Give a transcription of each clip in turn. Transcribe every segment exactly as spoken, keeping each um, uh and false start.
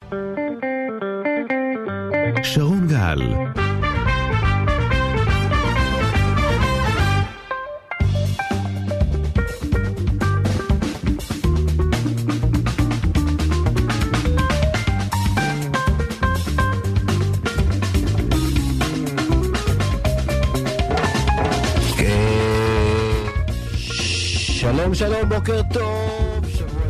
שרון גל. שלום שלום, בוקר טוב, שבוע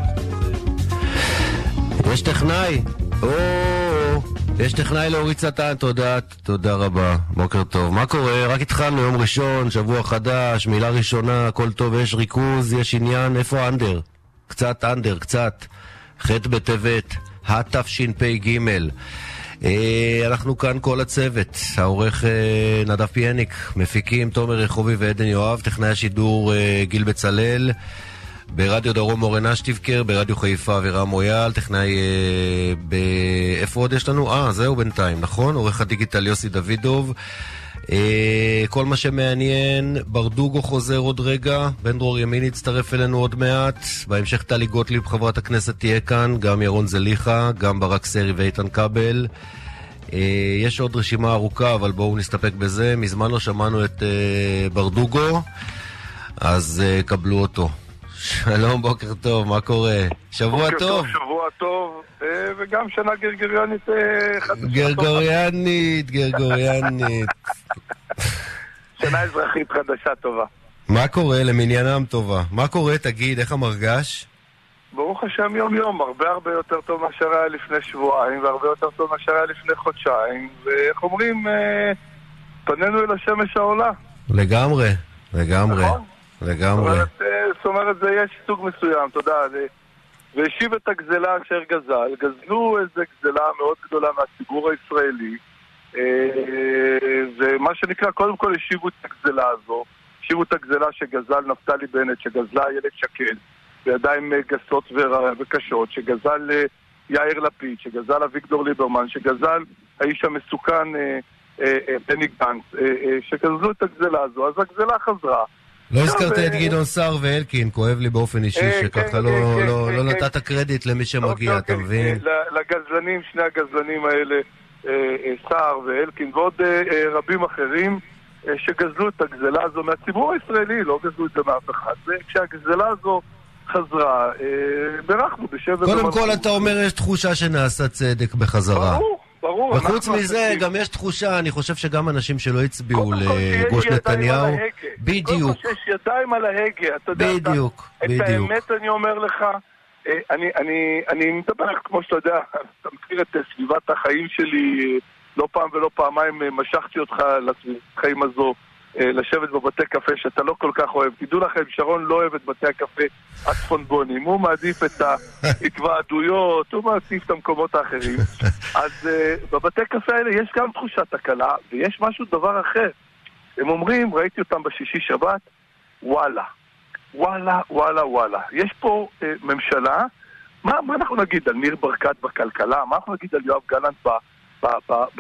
טוב. יש טכנאי, או, יש טכנאי להוריד סטן, תודה, תודה רבה, בוקר טוב. מה קורה? רק התחלנו יום ראשון, שבוע חדש, מילה ראשונה, הכל טוב, יש ריכוז, יש עניין, איפה אנדר? קצת אנדר, קצת. ח' בטבת, התשפ"ג. אנחנו כאן כל הצוות, העורך נדב פיאניק, מפיקים תומר רחובי ועדן יואב, טכנאי השידור גיל בצלל, ברדיו דרום אורן אשטיבקר, ברדיו חיפה ורם מויאל, טכנאי איפה עוד יש לנו? אה, זהו בינתיים, נכון? עורך הדיגיטל יוסי דוידוב. כל מה שמעניין, ברדוגו חוזר עוד רגע, בן דרור ימין יצטרף אלינו עוד מעט, בהמשך טלי גוטליב חברת הכנסת תהיה כאן, גם ירון זליחה, גם ברק סרי ואיתן קבל. יש עוד רשימה ארוכה, אבל בואו נסתפק בזה. מזמן לא שמענו את ברדוגו, אז קבלו אותו. שלום, בוקר טוב, מה קורה? שבוע טוב. טוב, שבוע טוב, וגם שנה גרגריאנית חדשה. גרגריאנית, גרגריאנית. שנה אזרחית חדשה טובה. מה קורה? למניינם טובה. מה קורה? תגיד, איך המרגש? ברוך השם יום יום, הרבה הרבה יותר טוב מאשר היה לפני שבועיים, והרבה יותר טוב מאשר היה לפני חודשיים, ואיך אומרים, פנינו אל השמש העולה. לגמרי, לגמרי. נכון? לגמרי. זאת אומרת, זה יש סוג מסוים, תודה. והשיב את הגזלה אשר גזל, גזלו איזו גזלה מאוד גדולה מהציבור הישראלי, ומה שנקרא, קודם כל השיבו את הגזלה הזו, השיבו את הגזלה שגזל נפתלי בנט, שגזלה איילת שקד, בידיים גסות וקשות, שגזל יאיר לפיד, שגזל אביגדור ליברמן, שגזל האיש המסוכן בני גנץ, שגזלו את הגזלה הזו, אז הגזלה חזרה. לא הזכרת את גדעון סער ואלקין, כואב לי באופן אישי שככה לא נתת קרדיט למי שמגיע, אתה מבין? לגזלנים, שני הגזלנים האלה, סער ואלקין ועוד רבים אחרים שגזלו את הגזלה הזו מהציבור הישראלי, לא גזלו את זה מאף אחד. כשהגזלה הזו חזרה, ברחנו בשבט. קודם כל אתה אומר יש תחושה שנעשה צדק בחזרה. ברור. ברור, וחוץ מזה, גם יש תחושה, אני חושב שגם אנשים שלא הצביעו לגוש נתניהו, בדיוק. קודם כל שיש ידיים על ההגה, אתה יודע, בדיוק, בדיוק. את האמת אני אומר לך, אני, אני, אני מדבר, כמו שאתה יודע, אתה מכיר את סביבת החיים שלי, לא פעם ולא פעמיים משכתי אותך לסביבת החיים הזו, לשבת בבתי קפה שאתה לא כל כך אוהב. תדעו לכם, שרון לא אוהב את בתי הקפה הצפונבונים, הוא מעדיף את ההתוועדויות, הוא מעדיף את המקומות האחרים. אז uh, בבתי קפה האלה יש גם תחושת הקלה, ויש משהו דבר אחר. הם אומרים, ראיתי אותם בשישי שבת, וואלה, וואלה, וואלה, וואלה. יש פה uh, ממשלה, מה, מה אנחנו נגיד על ניר ברקת בכלכלה? מה אנחנו נגיד על יואב גלנט ב... ב, ב, ב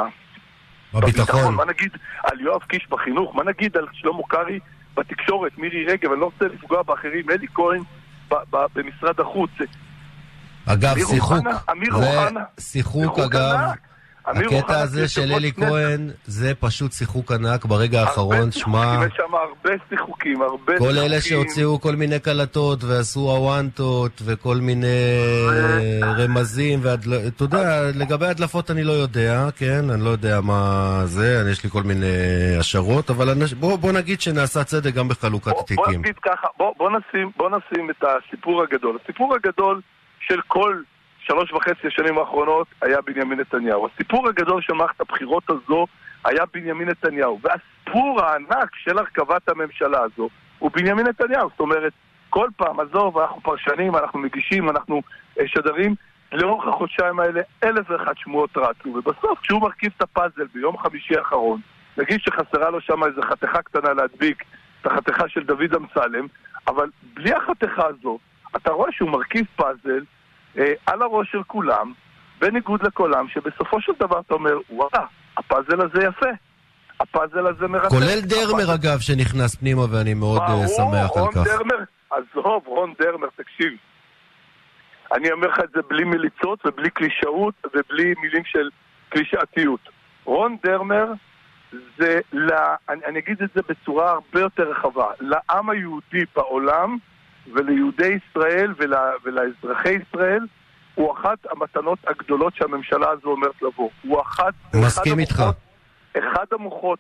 בביטחון. מה נגיד על יואב קיש בחינוך? מה נגיד על שלמה קרעי בתקשורת? מירי רגב, אני לא רוצה לפגוע באחרים, אלי כהן במשרד החוץ. אגב, שיחוק. אמיר אוחנה. שיחוק, אגב. הקטע הזה של אלי כהן זה פשוט שיחוק ענק ברגע האחרון. שמה, יש שם הרבה שיחוקים, הרבה כל אלה שהוציאו כל מיני קלטות ועשו הוואנטות וכל מיני רמזים, אתה יודע, לגבי הדלפות אני לא יודע, כן, אני לא יודע מה זה, יש לי כל מיני השערות, אבל בוא נגיד שנעשה צדק גם בחלוקת התיקים. בוא נגיד ככה, בוא נשים את הסיפור הגדול. הסיפור הגדול של כל שלוש וחצי השנים האחרונות היה בנימין נתניהו. הסיפור הגדול של מערכת הבחירות הזו היה בנימין נתניהו. והסיפור הענק של הרכבת הממשלה הזו הוא בנימין נתניהו. זאת אומרת, כל פעם, עזוב, אנחנו פרשנים, אנחנו מגישים, אנחנו שדרים, לאורך החודשיים האלה אלף ואחת שמועות רצו. ובסוף, כשהוא מרכיב את הפאזל ביום חמישי האחרון, נגיד שחסרה לו שם איזו חתיכה קטנה להדביק את החתיכה של דוד אמסלם, אבל בלי החתיכה הזו, אתה רואה שהוא מרכיב פאזל על הראש של כולם, בניגוד לכולם, שבסופו של דבר אתה אומר, וואלה, הפאזל הזה יפה, הפאזל הזה מרתק. כולל דרמר אגב שנכנס פנימה, ואני מאוד שמח על כך. רון דרמר, עזוב, רון דרמר, תקשיב. אני אומר לך את זה בלי מליצות ובלי קלישאות ובלי מילים של קלישאתיות. רון דרמר זה, לה, אני, אני אגיד את זה בצורה הרבה יותר רחבה, לעם היהודי בעולם וליהודי ישראל ול, ולאזרחי ישראל, הוא אחת המתנות הגדולות שהממשלה הזו אומרת לבוא. הוא אחת, מסכים איתך. אחד המוחות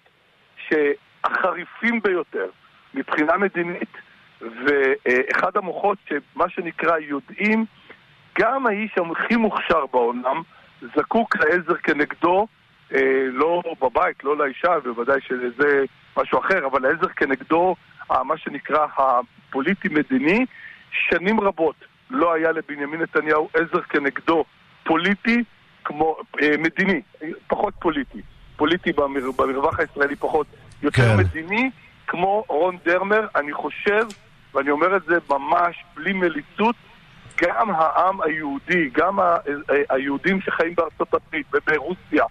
שהחריפים ביותר מבחינה מדינית, ואחד המוחות שמה שנקרא יודעים, גם האיש הכי מוכשר בעולם זקוק לעזר כנגדו, לא בבית, לא לאישה, בוודאי שזה משהו אחר, אבל לעזר כנגדו, מה שנקרא הפוליטי-מדיני. שנים רבות לא היה לבנימין נתניהו עזר כנגדו פוליטי, כמו מדיני, פחות פוליטי. פוליטי במר, במרווח הישראלי פחות, יותר כן. מדיני, כמו רון דרמר. אני חושב, ואני אומר את זה ממש בלי מליצות, גם העם היהודי, גם ה- היהודים שחיים בארצות הברית וברוסיה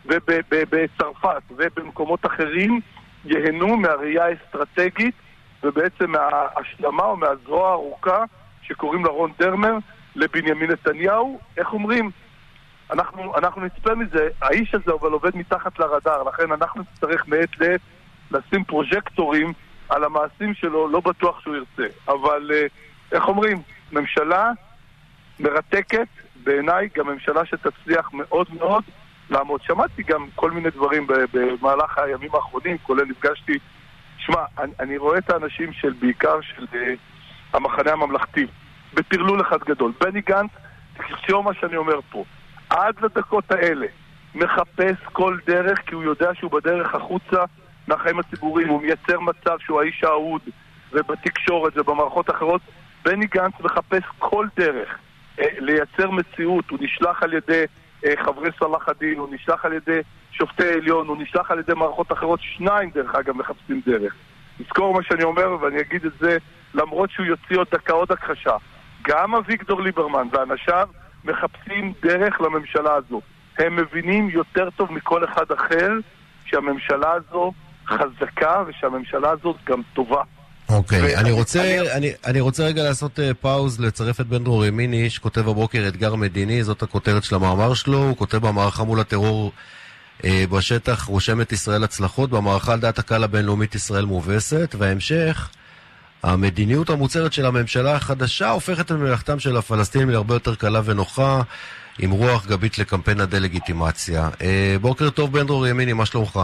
ובצרפת ובמקומות אחרים, יהנו מהראייה האסטרטגית ובעצם מההשלמה או מהזרוע הארוכה שקוראים לה רון דרמר לבנימין נתניהו. איך אומרים? אנחנו, אנחנו נצפה מזה. האיש הזה אבל עובד מתחת לרדאר, לכן אנחנו נצטרך מעת לעת לשים פרוז'קטורים על המעשים שלו, לא בטוח שהוא ירצה. אבל איך אומרים? ממשלה מרתקת, בעיניי גם ממשלה שתצליח מאוד מאוד לעמוד. שמעתי גם כל מיני דברים במהלך הימים האחרונים, כולל נפגשתי, שמע, אני, אני רואה את האנשים של בעיקר של uh, המחנה הממלכתי בטרלול אחד גדול. בני גנץ, תקשיבו מה שאני אומר פה, עד לדקות האלה מחפש כל דרך, כי הוא יודע שהוא בדרך החוצה מהחיים הציבוריים, הוא מייצר מצב שהוא האיש האהוד, ובתקשורת ובמערכות אחרות. בני גנץ מחפש כל דרך אה, לייצר מציאות. הוא נשלח על ידי אה, חברי סלאח א-דין, הוא נשלח על ידי שופטי עליון, הוא נשלח על ידי מערכות אחרות. שניים דרך אגב מחפשים דרך. נזכור מה שאני אומר, ואני אגיד את זה למרות שהוא יוציא עוד דקה עוד הכחשה. גם אביגדור ליברמן ואנשיו מחפשים דרך לממשלה הזו. הם מבינים יותר טוב מכל אחד אחר שהממשלה הזו חזקה ושהממשלה הזאת גם טובה. אוקיי, אני רוצה אני אני רוצה רגע לעשות פאוז, לצרף את בן דרור ימיני שכותב הבוקר אתגר מדיני, זאת הכותרת של המאמר שלו. הוא כותב במערכה מול הטרור בשטח רושמת ישראל הצלחות, במערכה על דעת הקהל הבינלאומית ישראל מובסת, וההמשך, המדיניות המוצהרת של הממשלה החדשה הופכת את מלאכתם של הפלסטינים להרבה יותר קלה ונוחה, עם רוח גבית לקמפיין הדלגיטימציה. בוקר טוב בן דרור ימיני, מה שלומך?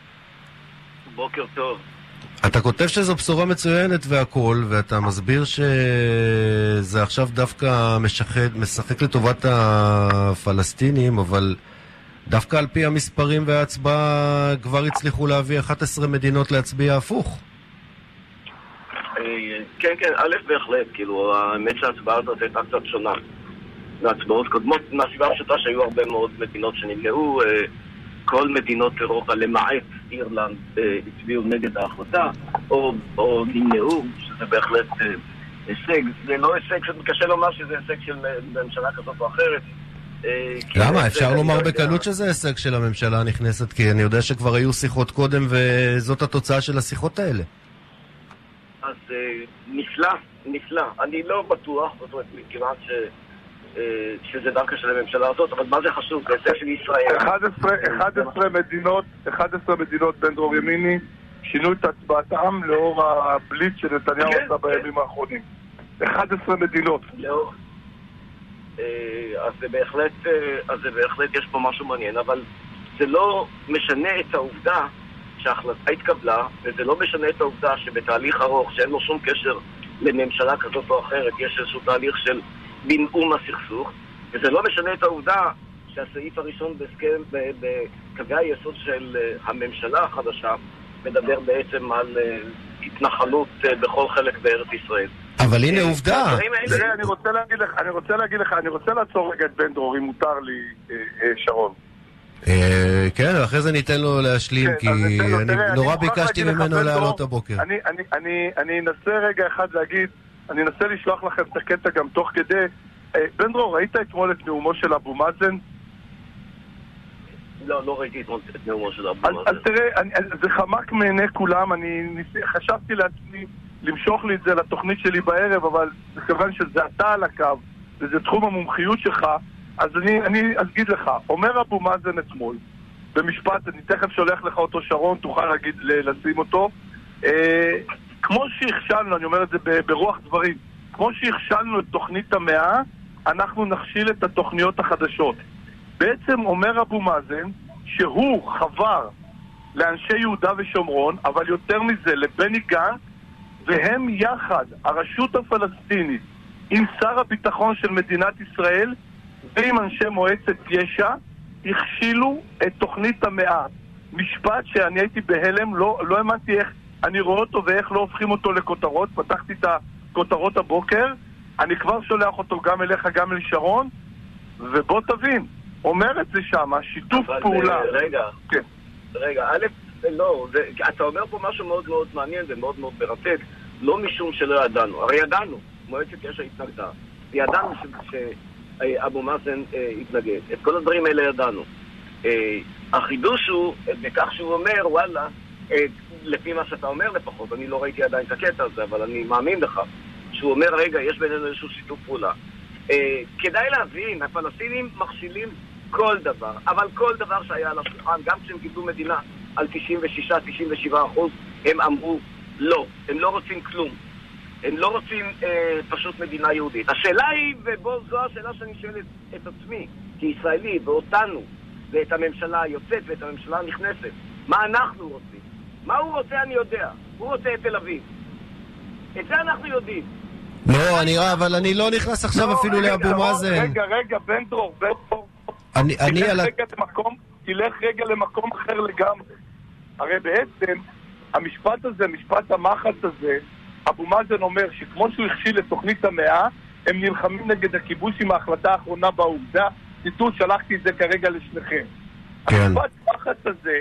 בוקר טוב. אתה כותב שזו בשורה מצוינת והכל, ואתה מסביר שזה עכשיו דווקא משחק, משחק לטובת הפלסטינים, אבל דווקא על פי המספרים וההצבעה כבר הצליחו להביא אחת עשרה מדינות להצביע הפוך. כן, כן, א' בהחלט, כאילו, האמת שההצבעה הזאת הייתה קצת שונה מהצבעות קודמות, מהסיבה הפשוטה שהיו הרבה מאוד מדינות שנמנעו. כל מדינות אירופה למעט אירלנד הצביעו נגד ההחלטה או, או נמנעו, שזה בהחלט הישג. זה לא הישג שקשה לומר שזה הישג של ממשלה כזאת או אחרת. למה? אפשר לומר בקלות שזה הישג של הממשלה הנכנסת, כי אני יודע שכבר היו שיחות קודם וזאת התוצאה של השיחות האלה. אז נפלא, נפלא. אני לא בטוח, זאת אומרת, מכיוון ש... שזה דווקא של הממשלה הזאת, אבל מה זה חשוב? זה הישג של ישראל. אחת עשרה מדינות, אחת עשרה מדינות בן דרור ימיני שינו את הצבעתם לאור הבליץ שנתניהו עשה בימים האחרונים. אחת עשרה מדינות. אז זה בהחלט, אז זה בהחלט יש פה משהו מעניין, אבל זה לא משנה את העובדה שההחלטה התקבלה, וזה לא משנה את העובדה שבתהליך ארוך, שאין לו שום קשר לממשלה כזאת או אחרת, יש איזשהו תהליך של בנאום הסכסוך, וזה לא משנה את העובדה שהסעיף הראשון בהסכם, בקווי היסוד של הממשלה החדשה, מדבר בעצם על התנחלות בכל חלק בארץ ישראל. אבל הנה עובדה. אני רוצה להגיד לך, אני רוצה להגיד לך, אני רוצה לעצור רגע את בן דרור, אם מותר לי, שרון. כן, אחרי זה ניתן לו להשלים, כי אני נורא ביקשתי ממנו לעלות הבוקר. אני אנסה רגע אחד להגיד, אני אנסה לשלוח לכם את הקטע גם תוך כדי. בן דרור, ראית אתמול את נאומו של אבו מאזן? לא, לא ראיתי אתמול את נאומו של אבו מאזן. אז תראה, זה חמק מעיני כולם. אני חשבתי לעצמי למשוך לי את זה לתוכנית שלי בערב, אבל מכיוון שזה אתה על הקו, וזה תחום המומחיות שלך, אז אני, אני אגיד לך, אומר אבו מאזן אתמול, במשפט, אני תכף שולח לך אותו שרון, תוכל להגיד, לשים אותו, אה, כמו שהכשלנו, אני אומר את זה ברוח דברים, כמו שהכשלנו את תוכנית המאה, אנחנו נכשיל את התוכניות החדשות. בעצם אומר אבו מאזן שהוא חבר לאנשי יהודה ושומרון, אבל יותר מזה, לבני גנץ, והם יחד, הרשות הפלסטינית, עם שר הביטחון של מדינת ישראל ועם אנשי מועצת יש"ע, הכשילו את תוכנית המאה. משפט שאני הייתי בהלם, לא, לא האמנתי איך אני רואה אותו ואיך לא הופכים אותו לכותרות. פתחתי את הכותרות הבוקר, אני כבר שולח אותו גם אליך, גם אל שרון, ובוא תבין, אומר את זה שם, שיתוף פעולה. רגע, כן. רגע, א', לא, זה, אתה אומר פה משהו מאוד מאוד מעניין ומאוד מאוד מרתק, לא משום שלא ידענו, הרי ידענו, מועצת יש"ע התנגדה, ידענו שאבו מאזן אה, התנגד, את כל הדברים האלה ידענו. אה, החידוש הוא בכך שהוא אומר, וואלה, אה, לפי מה שאתה אומר לפחות, אני לא ראיתי עדיין את הקטע הזה, אבל אני מאמין לך, שהוא אומר, רגע, יש בינינו איזשהו שיתוף פעולה. אה, כדאי להבין, הפלסטינים מכשילים כל דבר, אבל כל דבר שהיה על השולחן, גם כשהם קיבלו מדינה על תשעים ושש עד תשעים ושבעה אחוז, הם אמרו לא, הם לא רוצים כלום. הם לא רוצים אה, פשוט מדינה יהודית. השאלה היא, ובו זו השאלה שאני שואלת את עצמי, כישראלי, ואותנו, ואת הממשלה היוצאת ואת הממשלה הנכנסת, מה אנחנו רוצים? מה הוא רוצה אני יודע. הוא רוצה את תל אביב. את זה אנחנו יודעים. לא, אני רע, אבל אני לא נכנס עכשיו אפילו לאבו מאזן. רגע, רגע, בן דרור, בן דרור. אני, אני תלך על... רגע למקום, תלך רגע למקום אחר לגמרי. הרי בעצם, המשפט הזה, משפט המחץ הזה, אבו מאזן אומר שכמו שהוא הכשיל את תוכנית המאה, הם נלחמים נגד הכיבוש עם ההחלטה האחרונה בעובדה. ציטוט, שלחתי את זה כרגע לשניכם. כן. המשפט המחץ הזה,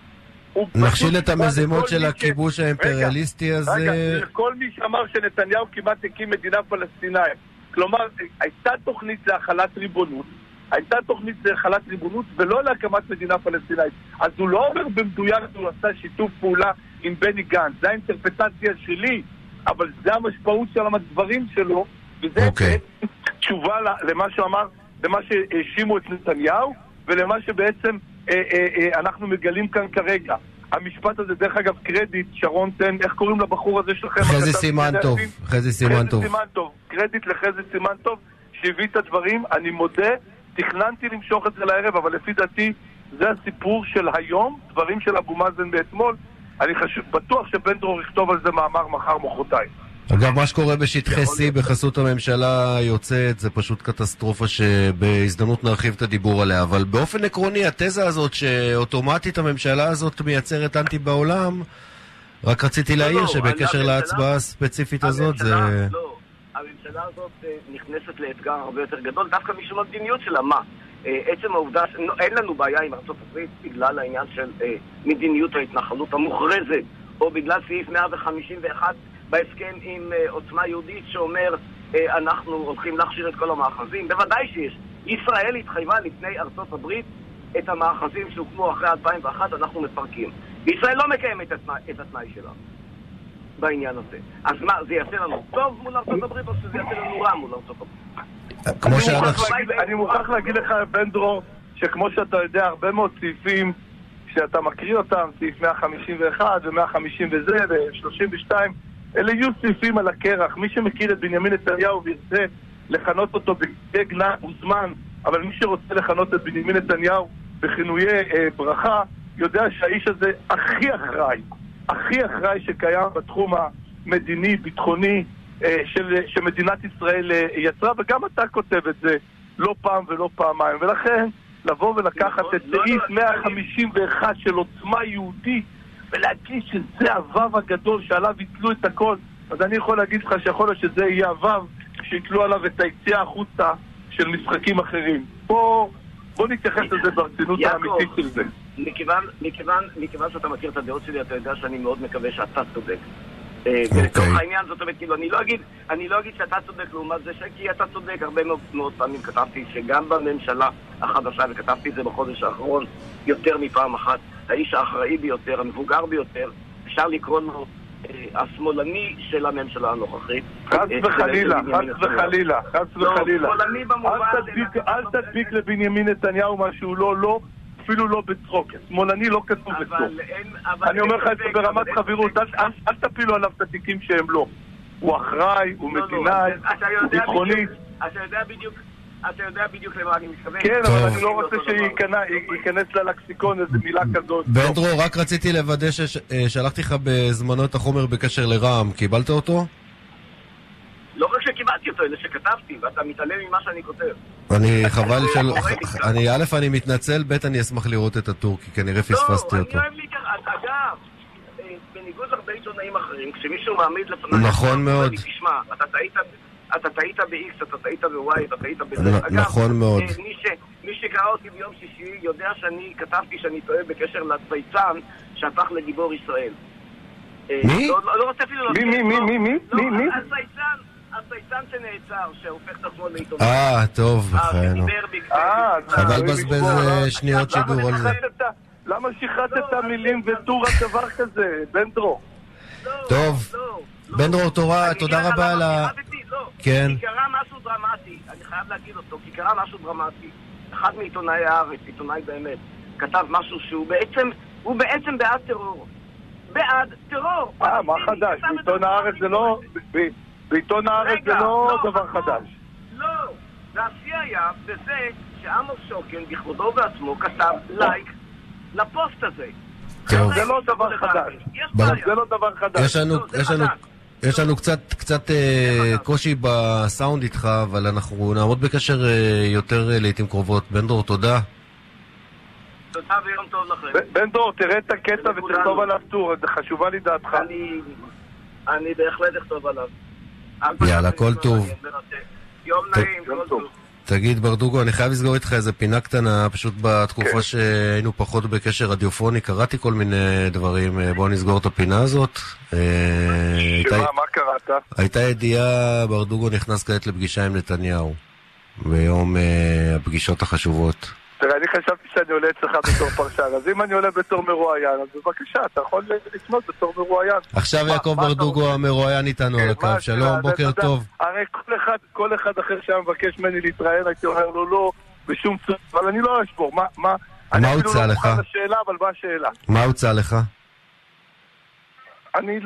נכשיל את המזימות של הכיבוש האימפריאליסטי הזה. רגע, כל מי שאמר שנתניהו כמעט הקים מדינה פלסטינאית. כלומר, הייתה תוכנית להחלת ריבונות, הייתה תוכנית להחלת ריבונות ולא להקמת מדינה פלסטינאית. אז הוא לא אומר במדויק, הוא עשה שיתוף פעולה עם בני גנץ. זה האינטרפטציה שלי, אבל זה המשמעות של הדברים שלו, וזה okay. תשובה למה שאמר, למה שהאשימו את נתניהו, ולמה שבעצם אה, אה, אה, אנחנו מגלים כאן כרגע. המשפט הזה, דרך אגב, קרדיט, שרון תן, איך קוראים לבחור הזה שלכם? חזי סימן טוב, חזי סימן טוב. קרדיט לחזי סימן טוב, שהביא את הדברים, אני מודה, תכננתי למשוך את זה לערב, אבל לפי דעתי, זה הסיפור של היום, דברים של אבו מאזן באתמול, אני חשוב, בטוח שבן דרור יכתוב על זה מאמר מחר מוחרתיים. אגב, מה שקורה בשטחי C בחסות הממשלה יוצאת, זה פשוט קטסטרופה שבהזדמנות נרחיב את הדיבור עליה, אבל באופן עקרוני, התזה הזאת שאוטומטית הממשלה הזאת מייצרת אנטי בעולם, רק רציתי להעיר שבקשר להצבעה הספציפית הזאת זה... לא, הממשלה הזאת נכנסת לאתגר הרבה יותר גדול, דווקא משום המדיניות שלה, מה? עצם העובדה, אין לנו בעיה עם ארצות הברית בגלל העניין של מדיניות ההתנחלות המוכרזת, או בגלל סעיף מאה חמישים ואחת בהסכם עם עוצמה יהודית שאומר אנחנו הולכים להכשיר את כל המאחזים. בוודאי שיש. ישראל התחייבה לפני ארצות הברית את המאחזים שהוקמו אחרי אלפיים ואחת אנחנו מפרקים. ישראל לא מקיימת את התנאי שלה בעניין הזה. אז מה, זה יעשה לנו טוב מול ארצות הברית או שזה יעשה לנו רע מול ארצות הברית? אני מוכרח להגיד לך, בן דרור, שכמו שאתה יודע, הרבה מאוד סעיפים שאתה מקריא אותם, סעיף מאה חמישים ואחת ו-מאה חמישים וזה ו-שלושים ושתיים, אלה יהיו סעיפים על הקרח. מי שמכיר את בנימין נתניהו וירצה לכנות אותו בגנה וזמן, אבל מי שרוצה לכנות את בנימין נתניהו בכינויי אה, ברכה, יודע שהאיש הזה הכי אחראי, הכי אחראי שקיים בתחום המדיני, ביטחוני, אה, של, שמדינת ישראל אה, יצרה, וגם אתה כותב את זה לא פעם ולא פעמיים. ולכן, לבוא ולקחת את סעיף מאה חמישים ואחת של עוצמה יהודית, ולהגיד שזה הוו הגדול שעליו יתלו את הכל, אז אני יכול להגיד לך שיכול להיות שזה יהיה הוו שיתלו עליו את היציאה החוצה של משחקים אחרים. בוא, בוא נתייחס לזה ברצינות האמיתית של זה. מכיוון, מכיוון, מכיוון שאתה מכיר את הדעות שלי, אתה יודע שאני מאוד מקווה שאתה צודק. ולתוך העניין, זאת אומרת, כאילו, אני לא אגיד, אני לא אגיד שאתה צודק לעומת זה, כי אתה צודק. הרבה מאוד, מאוד פעמים כתבתי שגם בממשלה החדשה, וכתבתי את זה בחודש האחרון יותר מפעם אחת, האיש האחראי ביותר, המבוגר ביותר, אפשר לקרוא לו השמאלני של הממשלה הנוכחית. חס וחלילה, חס וחלילה, חס וחלילה. שמאלני במובן... אל תדביק לבנימין נתניהו מה שהוא לא, לא, אפילו לא בצחוק. שמאלני לא כתוב בצחוק. אני אומר לך את זה ברמת חברות, אל תפילו עליו את התיקים שהם לא. הוא אחראי, הוא מדינאי, הוא ביטחוני. אתה יודע בדיוק... אתה יודע בדיוק למה אני מתכוון. כן, אבל אני לא רוצה שייכנס ללקסיקון איזה מילה כזאת. בן דרור, רק רציתי לוודא ששלחתי לך בזמנו את החומר בקשר לרעם. קיבלת אותו? לא רק שקיבלתי אותו, אלא שכתבתי, ואתה מתעלם ממה שאני כותב. אני חבל של... אני א', אני מתנצל, ב', אני אשמח לראות את הטור, כי כנראה פספסתי אותו. לא, אני אוהב לי ככה, אגב, בניגוד להרבה עיתונאים אחרים, כשמישהו מעמיד לפניי... נכון מאוד. תשמע, אתה טעית... אתה טעית ב-X, אתה טעית ב-Y, אתה טעית ב-Z. נכון מאוד. מי שקרא אותי ביום שישי יודע שאני כתבתי שאני טועה בקשר לצייצן שהפך לגיבור ישראל. מי? לא רוצה אפילו... מי, מי, מי, מי, מי? מי? הצייצן, הצייצן שנעצר, שהופך את עצמו לעיתונאי. אה, טוב, בחיינו. אבל בזבז שניות שידור על זה. למה שחטת מילים וטור על דבר כזה, בן דרור? טוב, בן דרור, תודה רבה על ה... כן. כי קרה משהו דרמטי, אני חייב להגיד אותו, כי קרה משהו דרמטי. אחד מעיתונאי הארץ, עיתונאי באמת, כתב משהו שהוא בעצם, הוא בעצם בעד טרור. בעד טרור. אה, מה חדש? בעיתון הארץ זה לא... בעיתון הארץ זה לא דבר חדש. לא, והשיא היה בזה שעמוס שוקן בכבודו ובעצמו כתב לייק לפוסט הזה. זה לא דבר חדש. זה לא דבר חדש. יש לנו... יש לנו... יש לנו קצת, קצת אה, קושי בסאונד איתך, אבל אנחנו נעמוד בקשר אה, יותר אה, לעתים קרובות. בן דרור, תודה. תודה ויום טוב לכם. בן דרור, תראה את הקטע ותכתוב עליו טור, זה חשובה לי דעתך. אני, אני בהחלט אכתוב עליו. יאללה, כל טוב. יום נעים, כל טוב. תגיד ברדוגו, אני חייב לסגור איתך איזה פינה קטנה, פשוט בתקופה שהיינו פחות בקשר רדיופוני, קראתי כל מיני דברים, בואו נסגור את הפינה הזאת. שמה, מה קראת? הייתה ידיעה, ברדוגו נכנס כעת לפגישה עם נתניהו, ביום הפגישות החשובות. תראה, אני חשבתי שאני עולה אצלך בתור פרשן, אז אם אני עולה בתור מרואיין, אז בבקשה, אתה יכול לפנות בתור מרואיין. עכשיו יעקב ברדוגו המרואיין איתנו על הקו, שלום, בוקר טוב. הרי כל אחד אחר שהיה מבקש ממני להתראיין, הייתי אומר לו לא, בשום צורה, אבל אני לא אשבור, מה? מה הוצא לך? אני אפילו לא מוכן לשאלה, אבל מה השאלה? מה הוצא לך? אני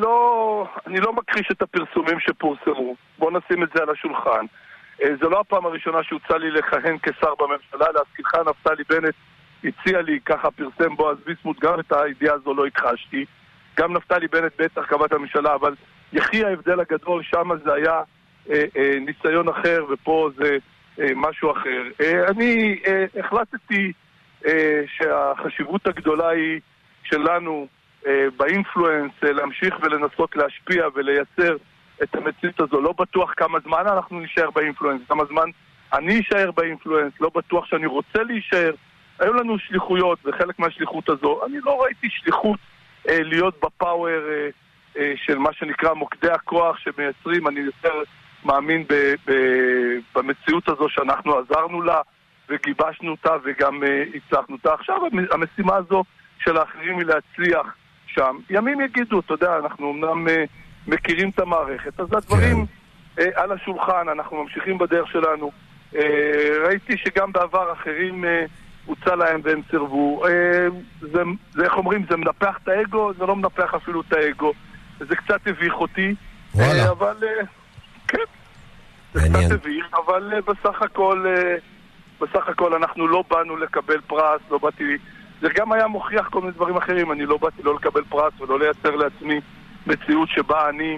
לא מכחיש את הפרסומים שפורסמו, בוא נשים את זה על השולחן. זו לא הפעם הראשונה שהוצא לי לכהן כשר בממשלה, להזכירך נפתלי בנט הציע לי, ככה פרסם בועז ביסמוט, גם את הידיעה הזו לא הכחשתי, גם נפתלי בנט בטח קבע את הממשלה, אבל יחי ההבדל הגדול, שם זה היה אה, אה, ניסיון אחר ופה זה אה, משהו אחר. אה, אני אה, החלטתי אה, שהחשיבות הגדולה היא שלנו אה, באינפלואנס, אה, להמשיך ולנסות להשפיע ולייצר את המציאות הזו. לא בטוח כמה זמן אנחנו נשאר באינפלואנס, כמה זמן אני אשאר באינפלואנס, לא בטוח שאני רוצה להישאר. היו לנו שליחויות, וחלק מהשליחות הזו, אני לא ראיתי שליחות אה, להיות בפאוור אה, אה, של מה שנקרא מוקדי הכוח שמייצרים. אני יותר מאמין ב, ב, במציאות הזו שאנחנו עזרנו לה וגיבשנו אותה וגם אה, הצלחנו אותה. עכשיו המשימה הזו של האחרים היא להצליח שם. ימים יגידו, אתה יודע, אנחנו אמנם אה, מכירים את המערכת, אז הדברים אה, על השולחן, אנחנו ממשיכים בדרך שלנו. אה, ראיתי שגם בעבר אחרים אה, הוצא להם והם סירבו. אה, זה, זה, איך אומרים, זה מנפח את האגו, זה לא מנפח אפילו את האגו. זה קצת הביך אותי, אה, אבל אה, כן, זה מעניין. קצת הביך, אבל אה, בסך הכל, אה, בסך הכל אנחנו לא באנו לקבל פרס, לא באתי, זה גם היה מוכיח כל מיני דברים אחרים, אני לא באתי לא לקבל פרס ולא לייצר לעצמי מציאות שבה אני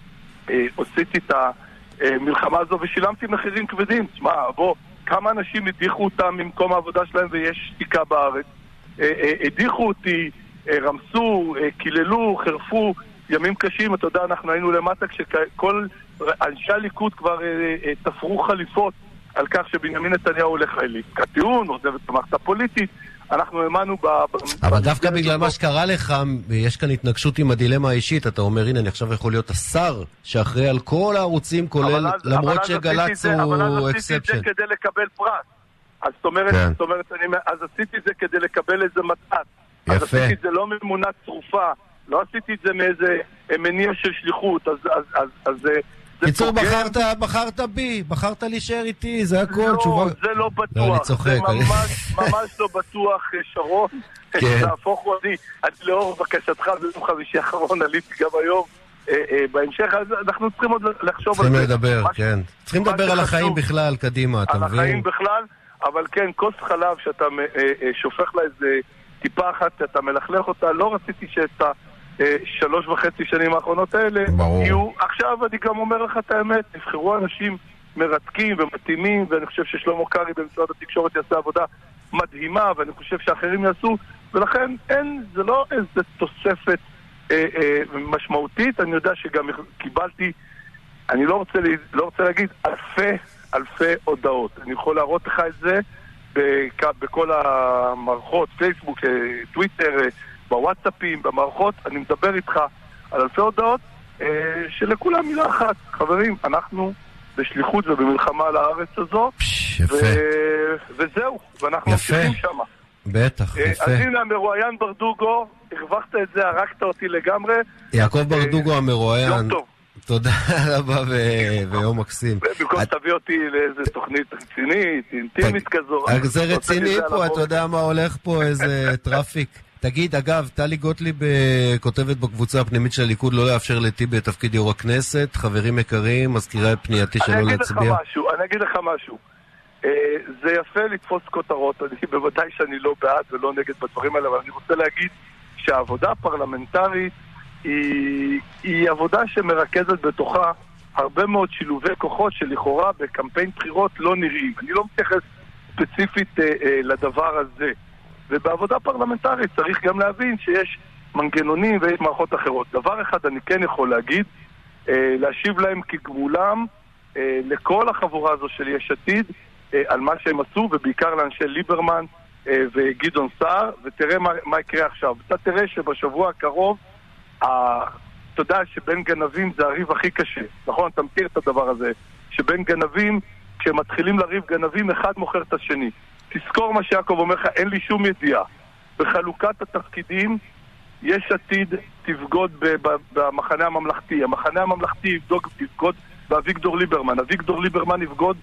אה, עשיתי את המלחמה הזו ושילמתי מחירים כבדים. תשמע, בוא, כמה אנשים הדיחו אותם ממקום העבודה שלהם ויש שתיקה בארץ. אה, אה, הדיחו אותי, אה, רמסו, אה, קיללו, חרפו, ימים קשים. אתה יודע, אנחנו היינו למטה כשכל אנשי הליכוד כבר אה, אה, תפרו חליפות על כך שבנימין נתניהו הולך לטיעון, עוזב את המערכת הפוליטית. אנחנו האמנו ב... אבל דווקא בגלל מה שקרה לך, יש כאן התנגשות עם הדילמה האישית. אתה אומר, הנה, אני עכשיו יכול להיות השר שאחראי על כל הערוצים, כולל, למרות שגלץ הוא אבל אז עשיתי אקספשן. את זה כדי לקבל פרס. אז זאת אומרת, זאת אומרת, אז עשיתי את זה כדי לקבל איזה מתת. אז עשיתי את זה לא ממונה צרופה, לא עשיתי את זה מאיזה מניע של שליחות, אז... אז, אז, אז קיצור, בחרת, בחרת בי, בחרת להישאר איתי, זה הכל, לא, תשובה... זה לא בטוח. לא, אני צוחק. זה ממש, ממש לא בטוח, שרון. כן. תהפוך אותי, עד לאור בקשתך ביום חמישי האחרון, עליתי גם היום. בהמשך, אז אנחנו צריכים עוד לחשוב על זה. צריכים לדבר, כן. צריכים לדבר על החיים בכלל, קדימה, אתה מבין? על החיים בכלל, אבל כן, כוס חלב שאתה שופך לה איזה טיפה אחת, שאתה מלכלך אותה, לא רציתי שאת השלוש וחצי שנים האחרונות האלה יהיו. עכשיו אני גם אומר לך את האמת, נבחרו אנשים מרתקים ומתאימים, ואני חושב ששלמה קרעי במשרד התקשורת יעשה עבודה מדהימה, ואני חושב שאחרים יעשו, ולכן אין, זה לא איזה תוספת אה, אה, משמעותית. אני יודע שגם קיבלתי, אני לא רוצה, לא רוצה להגיד אלפי, אלפי הודעות. אני יכול להראות לך את זה בכל המערכות, פייסבוק, טוויטר, בוואטסאפים, במערכות. אני מדבר איתך על אלפי הודעות, אה, שלכולם מילה אחת. חברים, אנחנו בשליחות ובמלחמה על הארץ הזו, יפה. ו- וזהו, ואנחנו ממשיכים שם. בטח, יפה. אז הנה המרואיין ברדוגו, הרווחת את זה, הרגת אותי לגמרי. יעקב ברדוגו המרואיין. יום טוב. תודה רבה ויום מקסים. במקום תביא אותי לאיזה תוכנית רצינית, אינטימית כזו. זה רציני פה, אתה יודע מה הולך פה, איזה טראפיק. תגיד, אגב, טלי גוטליב כותבת בקבוצה הפנימית של הליכוד לא לאפשר לטיבי בתפקיד יו"ר הכנסת. חברים יקרים, מזכירה את פנייתי שלא להצביע. אני אגיד לך משהו, אני אגיד לך משהו. זה יפה לתפוס כותרות, אני בוודאי שאני לא בעד ולא נגד בדברים האלה, אבל אני רוצה להגיד שהעבודה הפרלמנטרית היא, היא עבודה שמרכזת בתוכה הרבה מאוד שילובי כוחות שלכאורה בקמפיין בחירות לא נראים. אני לא מתייחס ספציפית אה, אה, לדבר הזה. ובעבודה פרלמנטרית צריך גם להבין שיש מנגנונים ויש מערכות אחרות. דבר אחד אני כן יכול להגיד, אה, להשיב להם כגמולם אה, לכל החבורה הזו של יש עתיד, על מה שהם עשו, ובעיקר לאנשי ליברמן אה, וגדעון סער, ותראה מה, מה יקרה עכשיו. אתה תראה שבשבוע הקרוב, אה, אתה יודע שבין גנבים זה הריב הכי קשה. נכון? אתה מכיר את הדבר הזה. שבין גנבים, כשמתחילים לריב גנבים, אחד מוכר את השני. תזכור מה שיעקב אומר לך, אין לי שום ידיעה. בחלוקת התפקידים, יש עתיד תבגוד במחנה הממלכתי. המחנה הממלכתי יבגוד, יבגוד באביגדור ליברמן. אביגדור ליברמן יבגוד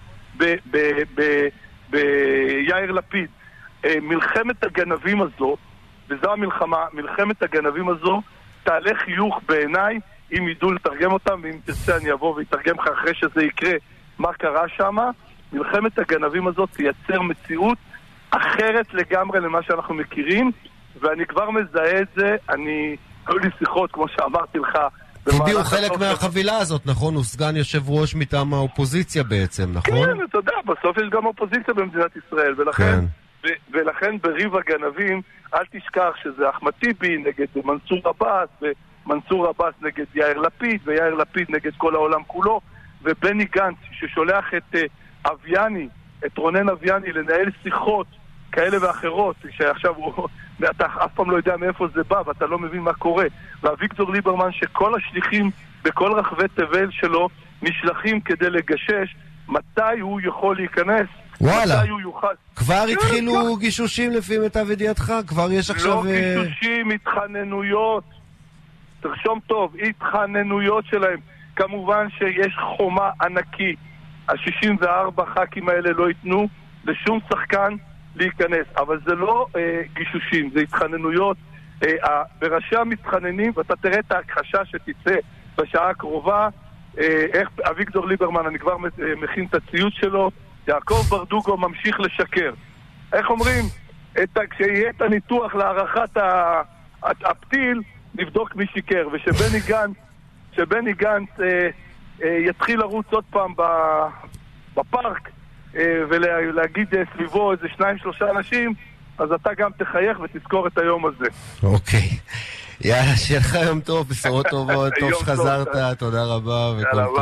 ביאיר לפיד. מלחמת הגנבים הזו, וזו המלחמה, מלחמת הגנבים הזו תעלה חיוך בעיניי אם ידעו לתרגם אותם, ואם תרצה אני אבוא ויתרגם לך אחרי שזה יקרה מה קרה שם. מלחמת הגנבים הזו תייצר מציאות אחרת לגמרי למה שאנחנו מכירים, ואני כבר מזהה את זה. אני, היו לי שיחות כמו שאמרתי לך, טיבי הוא חלק מהחבילה הזאת, נכון? הוא סגן יושב ראש מטעם האופוזיציה בעצם, נכון? כן, אתה יודע, בסוף יש גם אופוזיציה במדינת ישראל, ולכן, ו- ולכן בריב הגנבים, אל תשכח שזה אחמד טיבי נגד מנסור עבאס, ומנסור עבאס נגד יאיר לפיד, ויאיר לפיד נגד כל העולם כולו, ובני גנץ ששולח את uh, אביאני, את רונן אביאני, לנהל שיחות כאלה ואחרות, שעכשיו הוא... ואתה אף פעם לא יודע מאיפה זה בא, ואתה לא מבין מה קורה. ואביגדור ליברמן, שכל השליחים בכל רחבי תבל שלו נשלחים כדי לגשש מתי הוא יכול להיכנס. וואלה, מתי הוא יוכל... כבר התחילו גישושים לפי מיטב ידיעתך? כבר יש עכשיו... לא גישושים, התחננויות. תרשום טוב, התחננויות שלהם. כמובן שיש חומה ענקי. ה-שישים וארבע ח"כים האלה לא ייתנו לשום שחקן להיכנס, אבל זה לא אה, גישושים, זה התחננויות. אה, בראשי המתחננים, ואתה תראה את ההכחשה שתצא בשעה הקרובה, אה, איך אביגדור ליברמן, אני כבר מכין את הציוד שלו, יעקב ברדוגו ממשיך לשקר. איך אומרים? את, כשיהיה את הניתוח להערכת הפתיל, נבדוק מי שיקר, ושבני גנץ, שבני גנץ אה, אה, יתחיל לרוץ עוד פעם בפארק, ולהגיד סביבו איזה שניים שלושה אנשים, אז אתה גם תחייך ותזכור את היום הזה. אוקיי, יאללה, שיהיה לך יום טוב, בשורות טובות, טוב שחזרת, תודה רבה וכל טוב.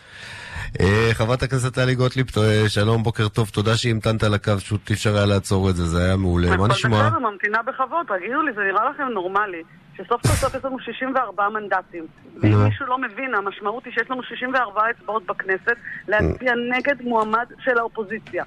חברת הכנסת טלי גוטליב, שלום, בוקר טוב, תודה שהמתנת על הקו, פשוט אי אפשר היה לעצור את זה, זה היה מעולה. מה נשמע? אני ממתינה בכבוד, תגידו לי, זה נראה לכם נורמלי שסוף כל סוף יש לנו שישים וארבעה מנדטים, ואם מישהו לא מבין, המשמעות היא שיש לנו שישים וארבע אצבעות בכנסת להצביע נגד מועמד של האופוזיציה.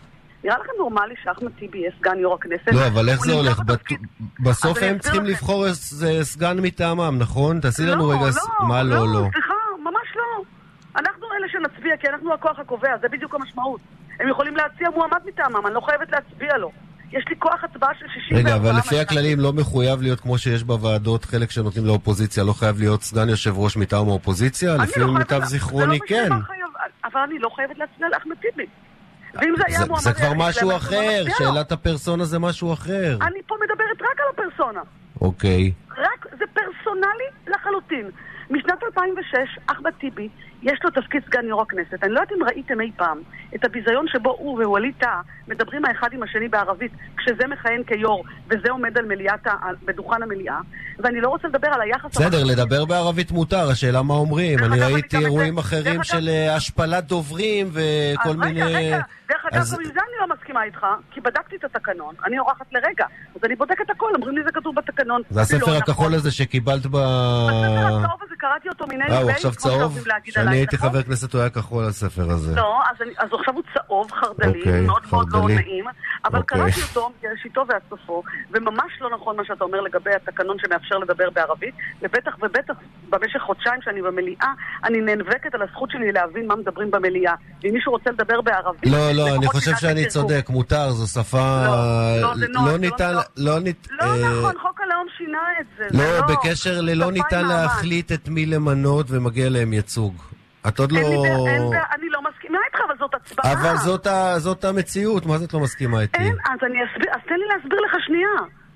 נראה לכם נורמלי שאחמד טיבי יהיה סגן יו"ר הכנסת? לא, אבל איך זה הולך? בסוף הם צריכים לבחור סגן מטעמם, נכון? תעשי לנו רגע... מה לא, לא? לא, סליחה, ממש לא. אנחנו אלה שנצביע, כי אנחנו הכוח הקובע, זה בדיוק המשמעות. הם יכולים להציע מועמד מטעמם, אני לא חייבת להצביע לו. יש לי כוח הצבעה של שישים וארבע... רגע, אבל לפי הכללים לא מחויב להיות כמו שיש בוועדות, חלק שנותנים לאופוזיציה, לא חייב להיות סגן יושב ראש מטעם האופוזיציה? לפי מיטב זיכרוני, כן. אבל אני לא חייבת להצביע לאחמד טיבי. זה כבר משהו אחר, שאלת הפרסונה זה משהו אחר. אני פה מדברת רק על הפרסונה. אוקיי. רק, זה פרסונלי לחלוטין. משנת אלפיים ושש, אחמד טיבי, יש לו תפקיד סגן יו"ר הכנסת. אני לא יודעת אם ראיתם אי פעם את הביזיון שבו הוא ווליד טאהא מדברים האחד עם השני בערבית, כשזה מכהן כיו"ר, וזה עומד על מליאת, בדוכן המליאה, ואני לא רוצה לדבר על היחס... בסדר, לדבר בערבית מותר, השאלה מה אומרים. אני ראיתי אירועים אחרים של השפלת דוברים וכל מיני... רגע, רגע, דרך אגב, גם עם זה אני לא מסכימה איתך, כי בדקתי את התקנון, אני עורכת לרגע, אז אני בודקת הכל, אומרים לי זה כתוב בתקנון. זה הספר הכחול הזה שקיבלת ב... הספר הצהוב הזה, קראתי אותו מיני אה, הוא עכשיו צהוב? כשאני הייתי חבר כנסת הוא היה כחול הספר הזה. לא, אז עכשיו הוא צהוב, חרדלי, מאוד מאוד לא נעים, אבל קראתי אותו מראשיתו ועד סופו, וממש לא נכון מה שאתה אומר לגבי התקנון שמאפשר לדבר בערבית, ובטח ובטח במשך חודשיים שאני במליאה, אני נאבקת על הזכות שלי להבין מה מדברים במליאה. ואם מישהו רוצה לדבר בערבית... לא, לא, אני חושב שאני צודק, מותר, זו שפה... לא ניתן... לא נכון, חוק הלאום שינה את זה. לא, בקשר ללא ניתן להחליט את מי למנות ומגיע להם ייצוג. את עוד לא... אני לא מסכימה איתך, אבל זאת הצבעה. אבל זאת המציאות, מה זאת לא מסכימה איתי? אין, אז תן לי להסביר לך שנייה.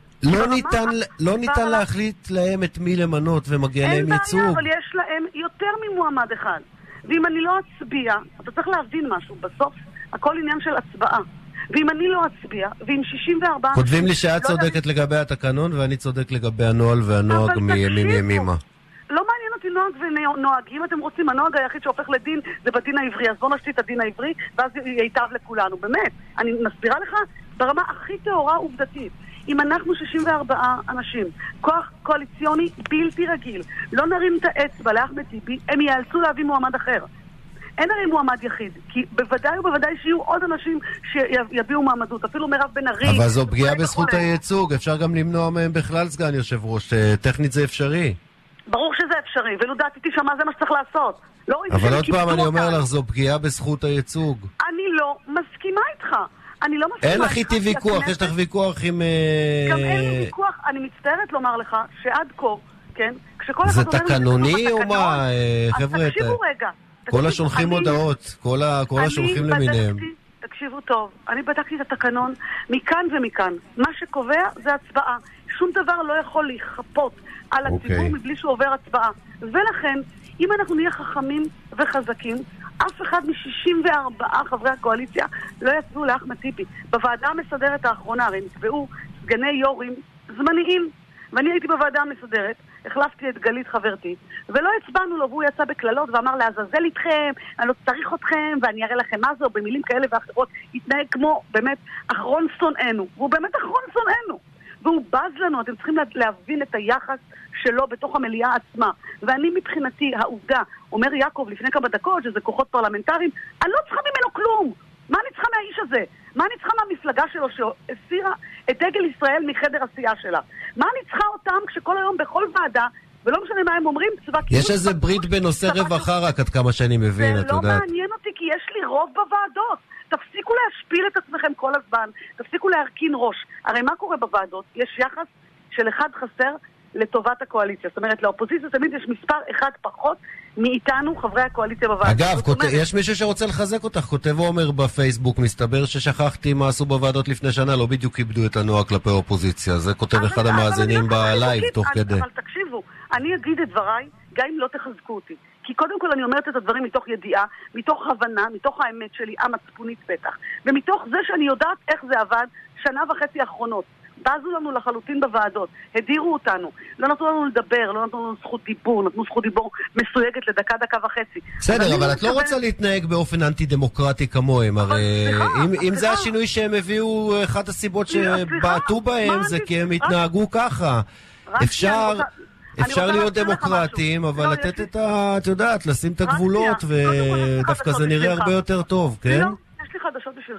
לא ניתן להחליט להם את מי למנות ומגיע להם ייצוג. אין בעיה, אבל יש להם יותר ממועמד אחד. ואם אני לא אצביע, אתה צריך להבין משהו, בסוף הכל עניין של הצבעה. ואם אני לא אצביע, ועם שישים וארבע... כותבים לי שאת צודקת לגבי התקנון ואני צודק לגבי הנוהל והנוהג מימים ימימה. לא מעניין אותי נוהג ונוהג. אם אתם רוצים, הנוהג היחיד שהופך לדין זה בדין העברי. אז בוא נשתית את הדין העברי, ואז ייטב לכולנו. באמת, אני מסבירה לך ברמה הכי תאורה עובדתית. אם אנחנו שישים וארבעה אנשים, כוח קואליציוני בלתי רגיל, לא נרים את האצבע לאחמד טיבי, הם יאלצו להביא מועמד אחר. אין הרי מועמד יחיד, כי בוודאי ובוודאי שיהיו עוד אנשים שיביאו מועמדות, אפילו מירב בן ארי. אבל זו פגיעה בזכות הייצוג, אפשר גם למנוע מהם בכלל סגן יושב ראש, טכנית זה אפשרי. ברור שזה אפשרי, ולו דעתי תשמע זה מה שצריך לעשות. אבל עוד פעם אני אומר לך, זו פגיעה בזכות הייצוג. אני לא מסכימה איתך. אני לא מסכימה. אין לך איתי ויכוח, יש לך ויכוח עם... גם אין לי ויכוח, אני מצטערת לומר לך שעד כה, כן? זה תקנוני או מה? חבר'ה, תקשיבו רגע. כל השולחים הודעות, כל השולחים למיניהם. תקשיבו טוב, אני בדקתי את התקנון מכאן ומכאן. מה שקובע זה הצבעה. שום דבר לא יכול להיחפות על הציבור מבלי שהוא עובר הצבעה. ולכן, אם אנחנו נהיה חכמים וחזקים, אף אחד מ-שישים וארבעה חברי הקואליציה לא יצאו לאחמד טיבי. בוועדה המסדרת האחרונה, הרי נקבעו סגני יורים זמניים, ואני הייתי בוועדה המסדרת, החלפתי את גלית חברתי, ולא הצבענו לו, והוא יצא בכללות ואמר לעזאזל איתכם, אני לא צריך אתכם, ואני אראה לכם מה זה, או במילים כאלה ואחרות, התנהג כמו באמת אחרון שונאינו, והוא באמת אחרון שונאינו, והוא בז לנו, אתם צריכים להבין את היחס שלו בתוך המליאה עצמה, ואני מבחינתי, העובדה, אומר יעקב לפני כמה דקות, שזה כוחות פרלמנטריים, אני לא צריכה ממנו כלום, מה אני צריכה מהאיש הזה? מה אני צריכה מהמפלגה שלו שהסירה את דגל ישראל מחדר עשייה שלה? מה אני צריכה אותם כשכל היום בכל ועדה, ולא משנה מה הם אומרים, צבא כאילו... יש איזה ברית בנושא רווחה רק עד כמה שאני מבין, את יודעת. זה לא מעניין אותי כי יש לי רוב בוועדות. תפסיקו להשפיל את עצמכם כל הזמן, תפסיקו להרכין ראש. הרי מה קורה בוועדות? יש יחס של אחד חסר לטובת הקואליציה. זאת אומרת, לאופוזיציה תמיד יש מספר אחד פחות מאיתנו, חברי הקואליציה בוועדה. אגב, יש מישהו שרוצה לחזק אותך, כותב עומר בפייסבוק, מסתבר ששכחתי מה עשו בוועדות לפני שנה, לא בדיוק כיבדו את הנועה כלפי האופוזיציה. זה כותב אחד המאזינים בלייב תוך כדי. אבל תקשיבו, אני אגיד את דבריי, גם אם לא תחזקו אותי. כי קודם כל אני אומרת את הדברים מתוך ידיעה, מתוך הבנה, מתוך האמת שלי, המצפונית בטח. ומתוך זה שאני יודעת איך זה עבד שנה וחצי האחרונות. בזו לנו לחלוטין בוועדות, הדירו אותנו, לא נתנו לנו לדבר, לא נתנו לנו זכות דיבור, נתנו זכות דיבור מסויגת לדקה, דקה וחצי. בסדר, אבל את לא רוצה להתנהג באופן אנטי-דמוקרטי כמוהם, הרי אם זה השינוי שהם הביאו, אחת הסיבות שבעטו בהם זה כי הם התנהגו ככה. אפשר... אפשר להיות דמוקרטיים, אבל לתת את ה... את יודעת, לשים את הגבולות, ודווקא זה נראה הרבה יותר טוב, כן? יש לי חדשות בשבילך.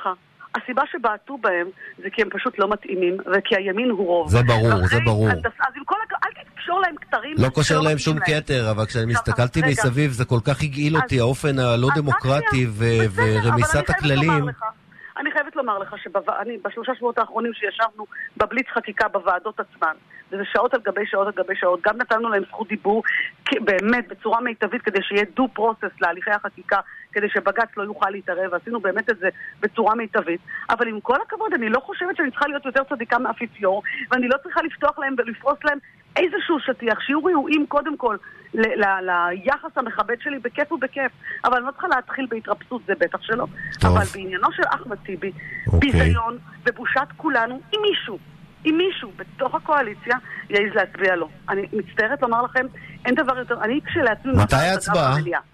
הסיבה שבעטו בהם זה כי הם פשוט לא מתאימים, וכי הימין הוא רוב. זה ברור, זה ברור. אז עם כל הכ... אל תקשור להם כתרים. לא קושר להם שום קטר, אבל כשאני מסתכלתי מסביב זה כל כך הגעיל אותי, האופן הלא דמוקרטי ורמיסת הכללים. אני חייבת לומר לך שבשלושה שבועות האחרונים שישבנו בבליץ חקיקה בוועדות עצמן, וזה שעות על גבי שעות על גבי שעות, גם נתנו להם זכות דיבור באמת בצורה מיטבית כדי שיהיה דו פרוסס להליכי החקיקה, כדי שבג"ץ לא יוכל להתערב, ועשינו באמת את זה בצורה מיטבית. אבל עם כל הכבוד, אני לא חושבת שאני צריכה להיות יותר צדיקה מאפיפיור, ואני לא צריכה לפתוח להם ולפרוס להם איזשהו שטיח, שיהיו ראויים קודם כל ל- ל- ליחס המכבד שלי בכיף ובכיף, אבל אני לא צריכה להתחיל בהתרפסות, זה בטח שלא. טוב. אבל בעניינו של אחמד טיבי, אוקיי. ביזיון ובושת כולנו, עם מישהו, עם מישהו בתוך הקואליציה יעיז להצביע לו. אני מצטערת לומר לכם, אין דבר יותר, אני כשלעצמי... מתי ההצבעה?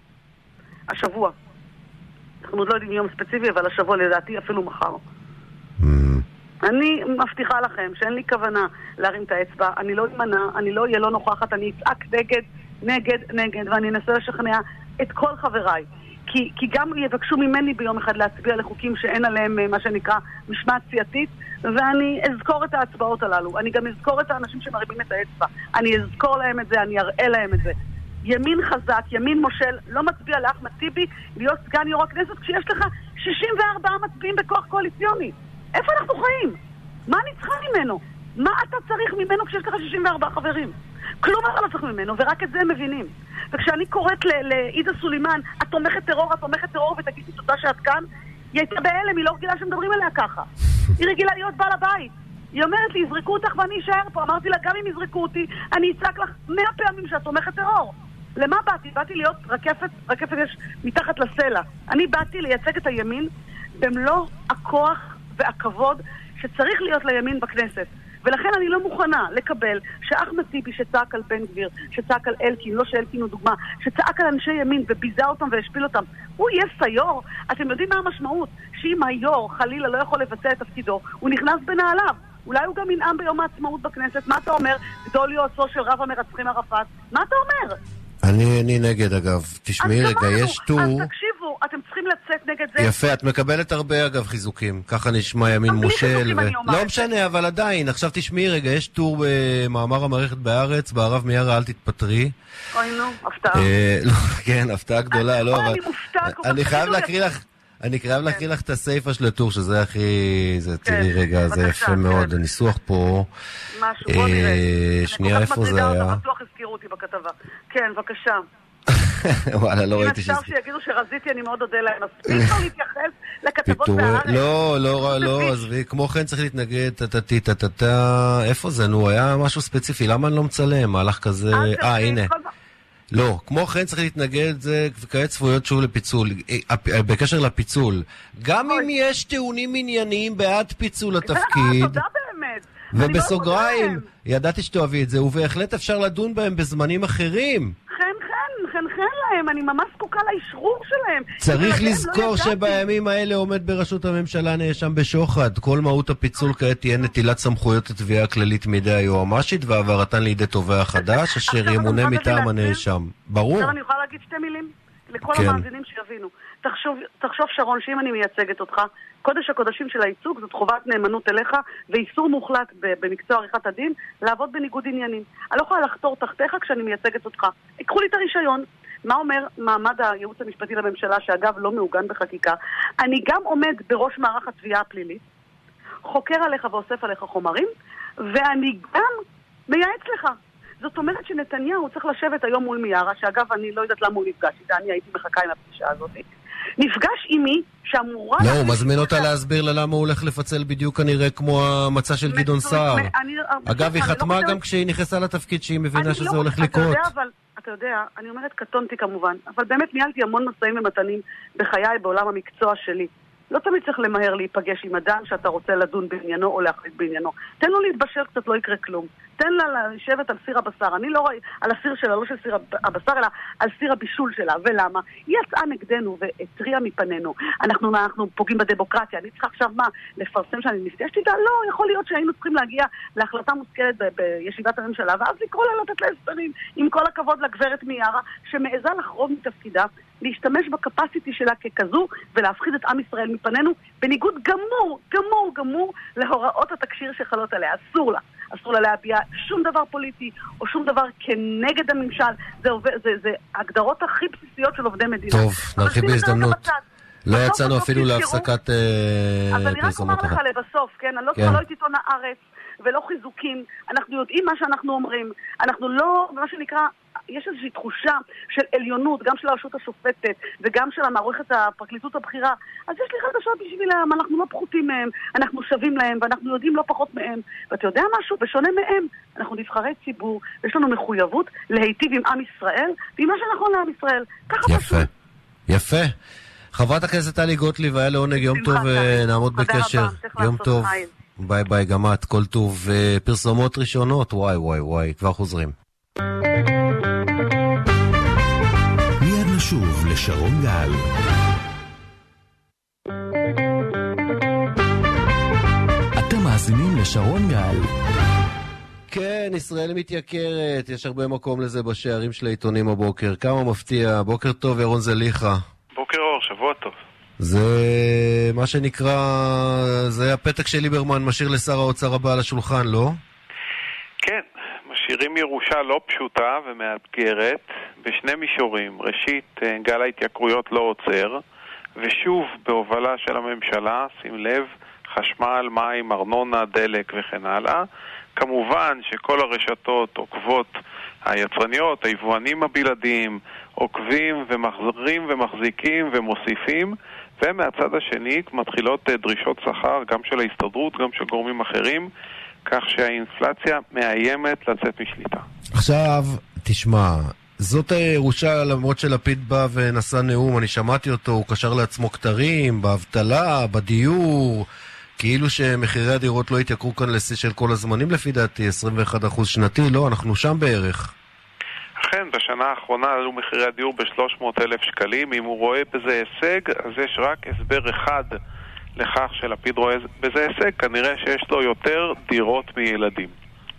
השבוע. אנחנו עוד לא יודעים יום ספציפי, אבל השבוע לדעתי אפילו מחר. Mm. אני מבטיחה לכם שאין לי כוונה להרים את האצבע, אני לא אמנע, אני לא אהיה לא נוכחת, אני אצעק נגד, נגד, נגד, ואני אנסה לשכנע את כל חבריי. כי, כי גם יבקשו ממני ביום אחד להצביע לחוקים שאין עליהם מה שנקרא משמעת סיעתית, ואני אזכור את ההצבעות הללו. אני גם אזכור את האנשים שמרימים את האצבע. אני אזכור להם את זה, אני אראה להם את זה. ימין חזק, ימין מושל, לא מצביע לאחמד טיבי להיות סגן יו"ר הכנסת כשיש לך שישים וארבעה מצביעים בכוח קואליציוני. איפה אנחנו חיים? מה אני צריכה ממנו? מה אתה צריך ממנו כשיש לך שישים וארבעה חברים? כלום אתה לא צריך ממנו, ורק את זה הם מבינים. וכשאני קוראת לעידה סולימן, את תומכת טרור, את תומכת טרור, ותגידי תודה שאת כאן, היא הייתה בהלם, היא לא רגילה שמדברים עליה ככה. היא רגילה להיות בעל הבית. היא אומרת לי, יזרקו אותך ואני אשאר פה. אמרתי לה, גם אם יזרקו אותי, אני אצעק לך מאה פעמים שאת תומכת טרור. למה באתי? באתי להיות רקפת, רקפת יש מתחת לסלע. אני באתי לייצג את הימין במלוא הכוח והכבוד שצריך להיות לימין בכנסת. ולכן אני לא מוכנה לקבל שאחמד טיבי שצעק על בן גביר, שצעק על אלקין, לא שאלקין הוא דוגמה, שצעק על אנשי ימין וביזה אותם והשפיל אותם, הוא יהיה סיור. אתם יודעים מה המשמעות? שאם היור חלילה לא יכול לבצע את תפקידו, הוא נכנס בנעליו. אולי הוא גם ינאם ביום העצמאות בכנסת. מה אתה אומר? גדול יועצו של רב המרצחים ערפאת. מה אתה אומר? אני, אני נגד אגב. תשמעי רגע, יש טור... אז תקשיבו, אתם צריכים לצאת נגד זה. יפה, את מקבלת הרבה אגב חיזוקים. ככה נשמע ימין מושל. ו... לא משנה, אבל עדיין. עכשיו תשמעי רגע, יש טור במאמר המערכת בארץ, בערב מיארה אל תתפטרי. אוי נו, הפתעה. כן, הפתעה גדולה, לא, אבל... אני מופתע. אני חייב להקריא לך... אני חייב להקריא לך את הסייפה של הטור, שזה הכי... זה, תראי רגע, זה יפה מאוד. הניסוח פה... משהו, בוא נראה. שנייה, איפה זה היה? אני בטוח הזכירו אותי בכתבה. כן, בבקשה. וואלה, לא ראיתי שזה... אם אפשר שיגידו שרזיתי, אני מאוד אודה להם. מספיק לא להתייחס לכתבות בארץ. לא, לא, לא, אז כמו כן צריך להתנגד, טטטי, טטטה, איפה זה? נו, היה משהו ספציפי, למה אני לא מצלם? מהלך כזה... אה, הנה. לא, כמו כן צריך להתנגד, זה כעת צפויות שוב לפיצול, בקשר לפיצול. גם אם יש טיעונים ענייניים בעד פיצול התפקיד, תודה באמת. ובסוגריים, ידעתי שתאהבי את זה, ובהחלט אפשר לדון בהם בזמנים אחרים. חן חן, חן חן להם, אני ממש זקוקה לאשרור שלהם. צריך לזכור שבימים האלה עומד בראשות הממשלה נאשם בשוחד. כל מהות הפיצול כעת תהיה נטילת סמכויות התביעה הכללית מידי היועמ"שית והעברתן לידי תובע חדש, אשר ימונה מטעם הנאשם. ברור. עכשיו אני יכולה להגיד שתי מילים לכל המאזינים שיבינו. תחשוב, תחשוב שרון, שאם אני מייצגת אותך, קודש הקודשים של הייצוג זאת חובת נאמנות אליך ואיסור מוחלט במקצוע עריכת הדין לעבוד בניגוד עניינים. אני לא יכולה לחתור תחתיך כשאני מייצגת אותך. יקחו לי את הרישיון. מה אומר מעמד הייעוץ המשפטי לממשלה, שאגב לא מעוגן בחקיקה? אני גם עומד בראש מערך התביעה הפלילית, חוקר עליך ואוסף עליך חומרים, ואני גם מייעץ לך. זאת אומרת שנתניהו צריך לשבת היום מול מיארה, שאגב אני לא יודעת למה הוא נפגש איתה, אני הייתי מחכה עם הפגישה הזאת. נפגש עם מי שאמורה... לא, הוא מזמין אותה להסביר לה למה הוא הולך לפצל בדיוק כנראה כמו המצע של גדעון סער. אגב, היא חתמה גם כשהיא נכנסה לתפקיד שהיא מבינה שזה הולך לקרות. אתה יודע, אני אומרת קטונתי כמובן, אבל באמת ניהלתי המון מסעים ומתנים בחיי בעולם המקצוע שלי. לא תמיד צריך למהר להיפגש עם אדם שאתה רוצה לדון בעניינו או להחליט בעניינו. תן לו להתבשל קצת, לא יקרה כלום. תן לה לשבת על סיר הבשר. אני לא רואה על הסיר שלה, לא של סיר הבשר, אלא על סיר הבישול שלה. ולמה? היא יצאה נגדנו והטריעה מפנינו. אנחנו, אנחנו פוגעים בדמוקרטיה. אני צריכה עכשיו מה? לפרסם שאני נפגשתי איתה? לא, יכול להיות שהיינו צריכים להגיע להחלטה מושכלת ב- בישיבת הממשלה, ואז לקרוא לה לתת לה הסברים. עם כל הכבוד לגברת מיארה, שמעזה לחרוב מתפקידה, להשתמש בקפסיטי שלה ככזו ולהפחיד את עם ישראל מפנינו בניגוד גמור, גמור, גמור להוראות התקשיר שחלות עליה. אסור לה. אסור לה להביע שום דבר פוליטי או שום דבר כנגד הממשל. זה, זה, זה הגדרות הכי בסיסיות של עובדי מדינה. טוב, נרחיב בהזדמנות. לא יצאנו אפילו להפסקת פרסומות. אבל אני רק אומר לך לבסוף, כן? אני לא צריכה לא את עיתון הארץ ולא חיזוקים. אנחנו יודעים מה שאנחנו אומרים. אנחנו לא, מה שנקרא, יש איזושהי תחושה של עליונות, גם של הרשות השופטת וגם של המערכת הפרקליטות הבכירה. אז יש לי חדשות בשבילם, אנחנו לא פחותים מהם, אנחנו שווים להם ואנחנו יודעים לא פחות מהם. ואתה יודע משהו? בשונה מהם, אנחנו נבחרי ציבור, יש לנו מחויבות להיטיב עם עם ישראל ועם מה שנכון לעם ישראל. ככה יפה, פשוט. יפה. חברת הכנסת טלי גוטליב, היה לעונג, יום טוב, נעמוד בקשר. יום טוב, ביי ביי, גם את, כל טוב. פרסומות ראשונות, וואי וואי וואי, כבר חוזרים. מיד נשוב לשרון גל. אתם מאזינים לשרון גל. כן, ישראל מתייקרת, יש הרבה מקום לזה בשערים של העיתונים הבוקר. כמה מפתיע, בוקר טוב, ירון זליחה. בוקר אור, שבוע טוב. זה מה שנקרא, זה הפתק של ליברמן משאיר לשר האוצר הבא על השולחן, לא? כן, משאירים ירושה לא פשוטה ומאתגרת בשני מישורים. ראשית, גל ההתייקרויות לא עוצר, ושוב בהובלה של הממשלה, שים לב, חשמל, מים, ארנונה, דלק וכן הלאה. כמובן שכל הרשתות עוקבות, היצרניות, היבואנים הבלעדיים, עוקבים ומחזרים ומחזיקים ומוסיפים, ומהצד השני מתחילות דרישות שכר גם של ההסתדרות, גם של גורמים אחרים, כך שהאינפלציה מאיימת לצאת משליטה. עכשיו, תשמע, זאת הירושה, למרות שלפיד בא ונשא נאום, אני שמעתי אותו, הוא קשר לעצמו כתרים, באבטלה, בדיור, כאילו שמחירי הדירות לא התייקרו כאן לשיא של כל הזמנים לפי דעתי, עשרים ואחד אחוז שנתי, לא, אנחנו שם בערך. אכן, בשנה האחרונה עלו מחירי הדיור ב-שלוש מאות אלף שקלים. אם הוא רואה בזה הישג, אז יש רק הסבר אחד לכך שלפיד רואה בזה הישג, כנראה שיש לו יותר דירות מילדים.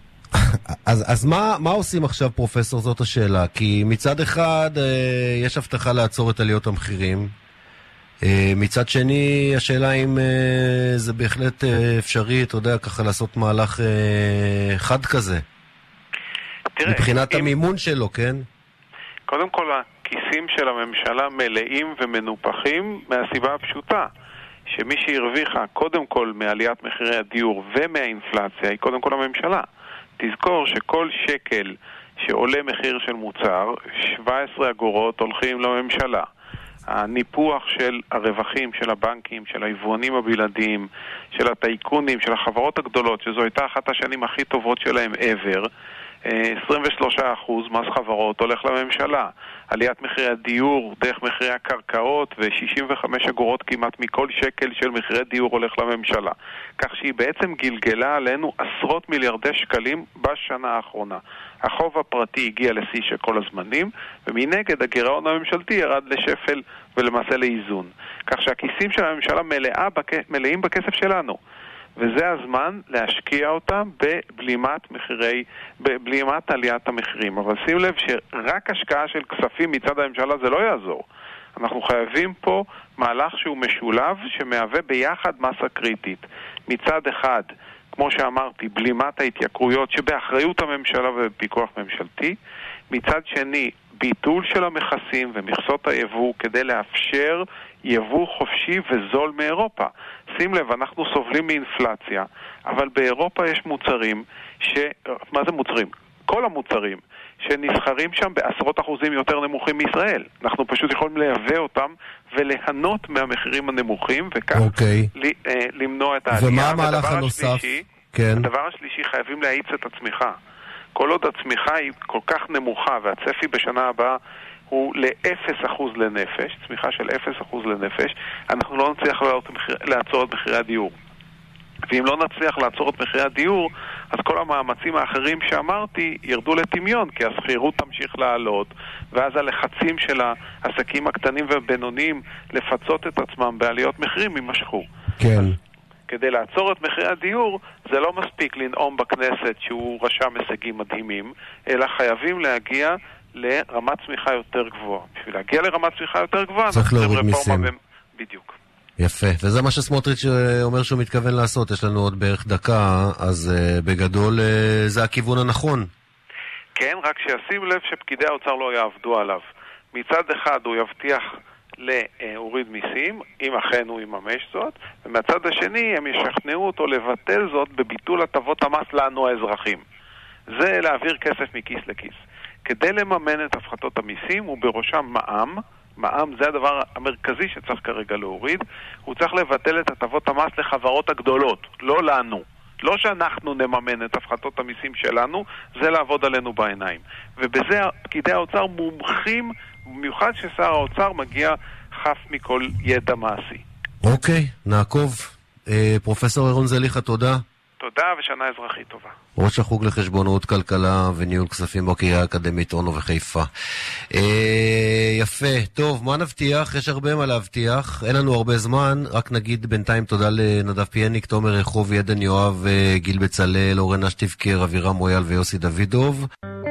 אז, אז מה, מה עושים עכשיו, פרופסור? זאת השאלה. כי מצד אחד אה, יש הבטחה לעצור את עליות המחירים. אה, מצד שני, השאלה אם אה, זה בהחלט אה, אפשרי, אתה יודע, ככה לעשות מהלך אה, חד כזה. תראה, מבחינת אם... המימון שלו, כן? קודם כל, הכיסים של הממשלה מלאים ומנופחים מהסיבה הפשוטה. שמי שהרוויחה קודם כל מעליית מחירי הדיור ומהאינפלציה היא קודם כל הממשלה. תזכור שכל שקל שעולה מחיר של מוצר, שבע עשרה אגורות הולכים לממשלה. הניפוח של הרווחים של הבנקים, של היבואנים הבלעדיים, של הטייקונים, של החברות הגדולות, שזו הייתה אחת השנים הכי טובות שלהם ever, עשרים ושלושה אחוז מס חברות הולך לממשלה. עליית מחירי הדיור דרך מחירי הקרקעות ו-שישים וחמש אגורות כמעט מכל שקל של מחירי דיור הולך לממשלה. כך שהיא בעצם גלגלה עלינו עשרות מיליארדי שקלים בשנה האחרונה. החוב הפרטי הגיע לשיא של כל הזמנים, ומנגד הגירעון הממשלתי ירד לשפל ולמעשה לאיזון. כך שהכיסים של הממשלה מלאה, מלאים בכסף שלנו. וזה הזמן להשקיע אותם בבלימת מחירי, בבלימת עליית המחירים. אבל שים לב שרק השקעה של כספים מצד הממשלה זה לא יעזור. אנחנו חייבים פה מהלך שהוא משולב שמהווה ביחד מסה קריטית. מצד אחד, כמו שאמרתי, בלימת ההתייקרויות שבאחריות הממשלה ובפיקוח ממשלתי. מצד שני, ביטול של המכסים ומכסות היבוא כדי לאפשר יבוא חופשי וזול מאירופה. שים לב, אנחנו סובלים מאינפלציה, אבל באירופה יש מוצרים ש... מה זה מוצרים? כל המוצרים שנסחרים שם בעשרות אחוזים יותר נמוכים מישראל. אנחנו פשוט יכולים לייבא אותם וליהנות מהמחירים הנמוכים, וכך okay. ל... למנוע את העלייה. ומה המהלך הנוסף? השלישי, כן. הדבר השלישי, חייבים להאיץ את הצמיחה. כל עוד הצמיחה היא כל כך נמוכה, והצפי בשנה הבאה הוא ל-אפס אחוז לנפש, צמיחה של אפס אחוז לנפש, אנחנו לא נצליח לעצור את מחירי הדיור. ואם לא נצליח לעצור את מחירי הדיור, אז כל המאמצים האחרים שאמרתי ירדו לטמיון, כי הסחירות תמשיך לעלות, ואז הלחצים של העסקים הקטנים והבינוניים לפצות את עצמם בעליות מחירים יימשכו. כן. כדי לעצור את מחירי הדיור, זה לא מספיק לנאום בכנסת שהוא רשם הישגים מדהימים, אלא חייבים להגיע לרמת צמיחה יותר גבוהה. בשביל להגיע לרמת צמיחה יותר גבוהה, צריך להוריד מיסים. ב... בדיוק. יפה, וזה מה שסמוטריץ' אומר שהוא מתכוון לעשות. יש לנו עוד בערך דקה, אז uh, בגדול uh, זה הכיוון הנכון. כן, רק שישים לב שפקידי האוצר לא יעבדו עליו. מצד אחד הוא יבטיח להוריד מיסים, אם אכן הוא יממש זאת, ומהצד השני הם ישכנעו אותו לבטל זאת בביטול הטבות המס לנו האזרחים. זה להעביר כסף מכיס לכיס. כדי לממן את הפחתות המיסים, ובראשם מע"מ, מע"מ זה הדבר המרכזי שצריך כרגע להוריד, הוא צריך לבטל את הטבות המס לחברות הגדולות, לא לנו. לא שאנחנו נממן את הפחתות המיסים שלנו, זה לעבוד עלינו בעיניים. ובזה פקידי האוצר מומחים, במיוחד ששר האוצר מגיע חף מכל ידע מעשי. אוקיי, נעקוב. אה, פרופסור אירון זליכה, תודה. תודה ושנה אזרחית טובה. ראש החוג לחשבונאות, כלכלה וניהול כספים בקריה האקדמית אונו וחיפה. אה, יפה, טוב, מה נבטיח? יש הרבה מה להבטיח, אין לנו הרבה זמן, רק נגיד בינתיים תודה לנדב פיאניק, תומר רחובי, עדן יואב, גיל בצלאל, אורן אשטיבקר, אבירם מויאל ויוסי דוידוב.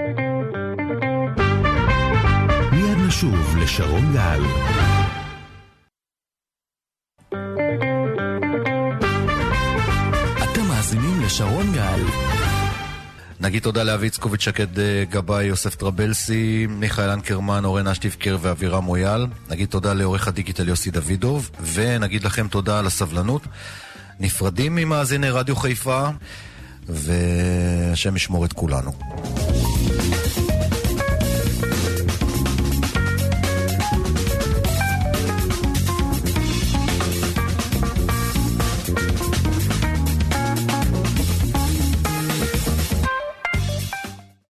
מיד נשוב לשרון גל. מאזינים לשרון גל. נגיד תודה לאבי צקוביץ', שקד גבאי, יוסף טרבלסי, מיכאל אנקרמן, אורן אשטיבקר ואבירם מויאל. נגיד תודה לעורך הדיגיטל יוסי דוידוב, ונגיד לכם תודה על הסבלנות. נפרדים ממאזיני רדיו חיפה, והשם ישמור את כולנו.